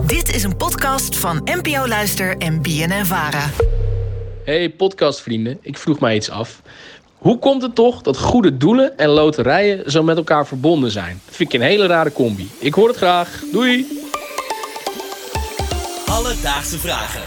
Dit is een podcast van NPO Luister en BNN-Vara. Hey podcastvrienden, ik vroeg mij iets af. Hoe komt het toch dat goede doelen en loterijen zo met elkaar verbonden zijn? Dat vind ik een hele rare combi. Ik hoor het graag. Doei! Alledaagse vragen.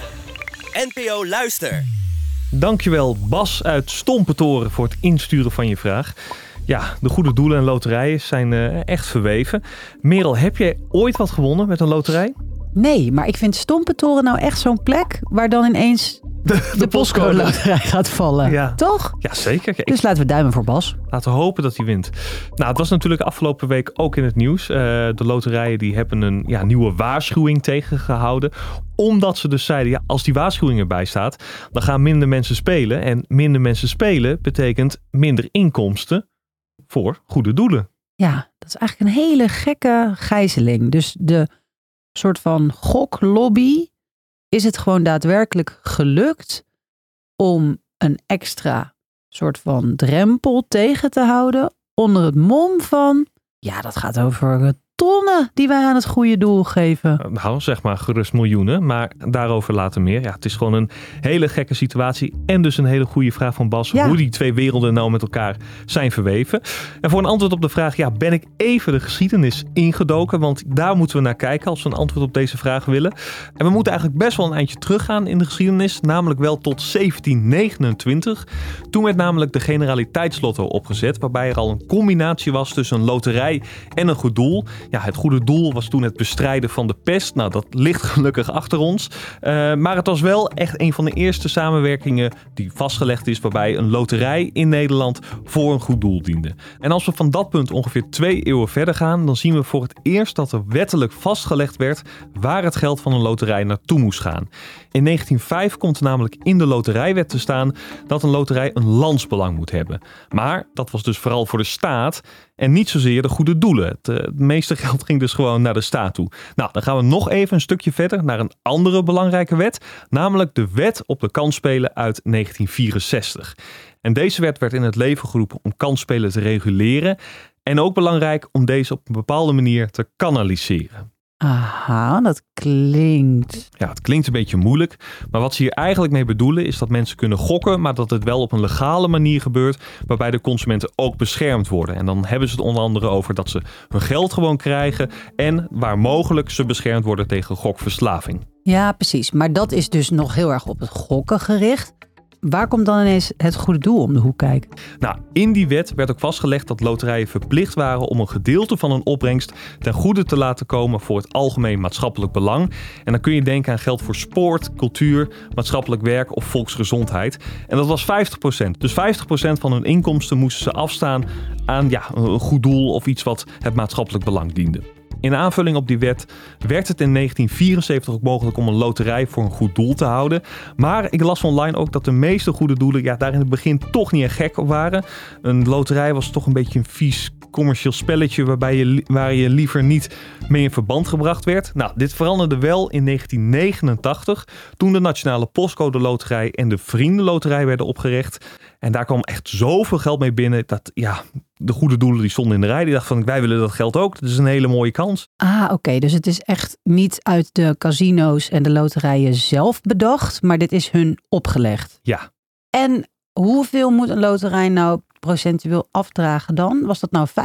NPO Luister. Dankjewel Bas uit Stompetoren voor het insturen van je vraag. Ja, de goede doelen en loterijen zijn echt verweven. Merel, heb jij ooit wat gewonnen met een loterij? Nee, maar ik vind Stompetoren nou echt zo'n plek waar dan ineens de postcode loterij gaat vallen. Ja. Toch? Ja, zeker. Kijk, dus laten we duimen voor Bas. Laten we hopen dat hij wint. Nou, het was natuurlijk afgelopen week ook in het nieuws. De loterijen die hebben een nieuwe waarschuwing tegengehouden. Omdat ze dus zeiden, als die waarschuwing erbij staat, dan gaan minder mensen spelen. En minder mensen spelen betekent minder inkomsten voor goede doelen. Ja, dat is eigenlijk een hele gekke gijzeling. Dus de soort van goklobby is het gewoon daadwerkelijk gelukt om een extra soort van drempel tegen te houden onder het mom van, ja, dat gaat over tonnen die wij aan het goede doel geven. Nou, zeg maar gerust miljoenen, maar daarover later meer. Ja, het is gewoon een hele gekke situatie en dus een hele goede vraag van Bas, hoe die twee werelden nou met elkaar zijn verweven. En voor een antwoord op de vraag, ben ik even de geschiedenis ingedoken, want daar moeten we naar kijken als we een antwoord op deze vraag willen. En we moeten eigenlijk best wel een eindje teruggaan in de geschiedenis, namelijk wel tot 1729. Toen werd namelijk de Generaliteitslotto opgezet, waarbij er al een combinatie was tussen een loterij en een goed doel. Ja, het goede doel was toen het bestrijden van de pest. Nou, dat ligt gelukkig achter ons. Maar het was wel echt een van de eerste samenwerkingen die vastgelegd is, waarbij een loterij in Nederland voor een goed doel diende. En als we van dat punt ongeveer 2 eeuwen verder gaan, dan zien we voor het eerst dat er wettelijk vastgelegd werd waar het geld van een loterij naartoe moest gaan. In 1905 komt er namelijk in de loterijwet te staan dat een loterij een landsbelang moet hebben. Maar dat was dus vooral voor de staat en niet zozeer de goede doelen. Het meeste geld ging dus gewoon naar de staat toe. Nou, dan gaan we nog even een stukje verder naar een andere belangrijke wet, namelijk de Wet op de Kansspelen uit 1964. En deze wet werd in het leven geroepen om kansspelen te reguleren en ook belangrijk om deze op een bepaalde manier te kanaliseren. Aha, dat klinkt... Ja, het klinkt een beetje moeilijk. Maar wat ze hier eigenlijk mee bedoelen is dat mensen kunnen gokken, maar dat het wel op een legale manier gebeurt, waarbij de consumenten ook beschermd worden. En dan hebben ze het onder andere over dat ze hun geld gewoon krijgen en waar mogelijk ze beschermd worden tegen gokverslaving. Ja, precies. Maar dat is dus nog heel erg op het gokken gericht. Waar komt dan ineens het goede doel om de hoek kijken? Nou, in die wet werd ook vastgelegd dat loterijen verplicht waren om een gedeelte van hun opbrengst ten goede te laten komen voor het algemeen maatschappelijk belang. En dan kun je denken aan geld voor sport, cultuur, maatschappelijk werk of volksgezondheid. En dat was 50%. Dus 50% van hun inkomsten moesten ze afstaan aan een goed doel of iets wat het maatschappelijk belang diende. In aanvulling op die wet werd het in 1974 ook mogelijk om een loterij voor een goed doel te houden. Maar ik las online ook dat de meeste goede doelen daar in het begin toch niet erg gek op waren. Een loterij was toch een beetje een vies commercieel spelletje waar je liever niet mee in verband gebracht werd. Nou, dit veranderde wel in 1989 toen de Nationale Postcode Loterij en de Vriendenloterij werden opgericht. En daar kwam echt zoveel geld mee binnen dat de goede doelen die stonden in de rij. Die dachten van, wij willen dat geld ook. Dat is een hele mooie kans. Oké. Dus het is echt niet uit de casino's en de loterijen zelf bedacht, maar dit is hun opgelegd. Ja. En hoeveel moet een loterij nou procentueel afdragen dan? Was dat nou 50%,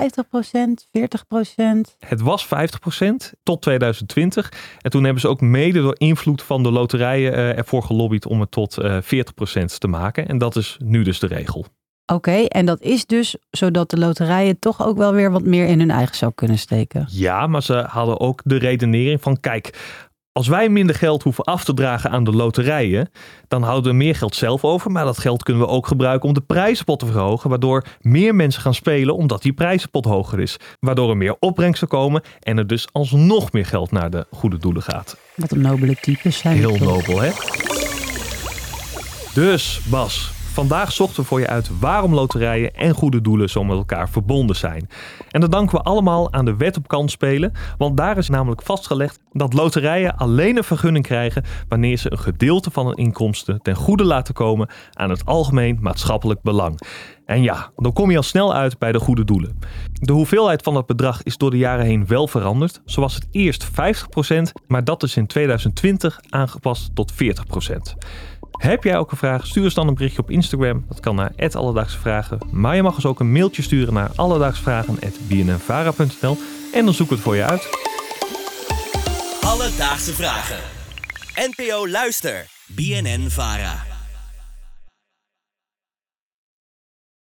40%? Het was 50% tot 2020. En toen hebben ze ook mede door invloed van de loterijen ervoor gelobbyd om het tot 40% te maken. En dat is nu dus de regel. Oké, en dat is dus zodat de loterijen toch ook wel weer wat meer in hun eigen zak kunnen steken. Ja, maar ze hadden ook de redenering van, kijk, als wij minder geld hoeven af te dragen aan de loterijen, dan houden we meer geld zelf over. Maar dat geld kunnen we ook gebruiken om de prijzenpot te verhogen, waardoor meer mensen gaan spelen omdat die prijzenpot hoger is. Waardoor er meer opbrengsten komen en er dus alsnog meer geld naar de goede doelen gaat. Wat een nobele types zijn. Heel nobel, hè? Dus, Bas, Vandaag zochten we voor je uit waarom loterijen en goede doelen zo met elkaar verbonden zijn. En dat danken we allemaal aan de wet op kansspelen, want daar is namelijk vastgelegd dat loterijen alleen een vergunning krijgen wanneer ze een gedeelte van hun inkomsten ten goede laten komen aan het algemeen maatschappelijk belang. En ja, dan kom je al snel uit bij de goede doelen. De hoeveelheid van dat bedrag is door de jaren heen wel veranderd. Zo was het eerst 50%, maar dat is in 2020 aangepast tot 40%. Heb jij ook een vraag? Stuur ons dan een berichtje op Instagram. Dat kan naar @alledaagsevragen. Maar je mag ons ook een mailtje sturen naar alledaagsvragen@bnnvara.nl en dan zoeken we het voor je uit. Alledaagse vragen. NPO Luister. BNN Vara.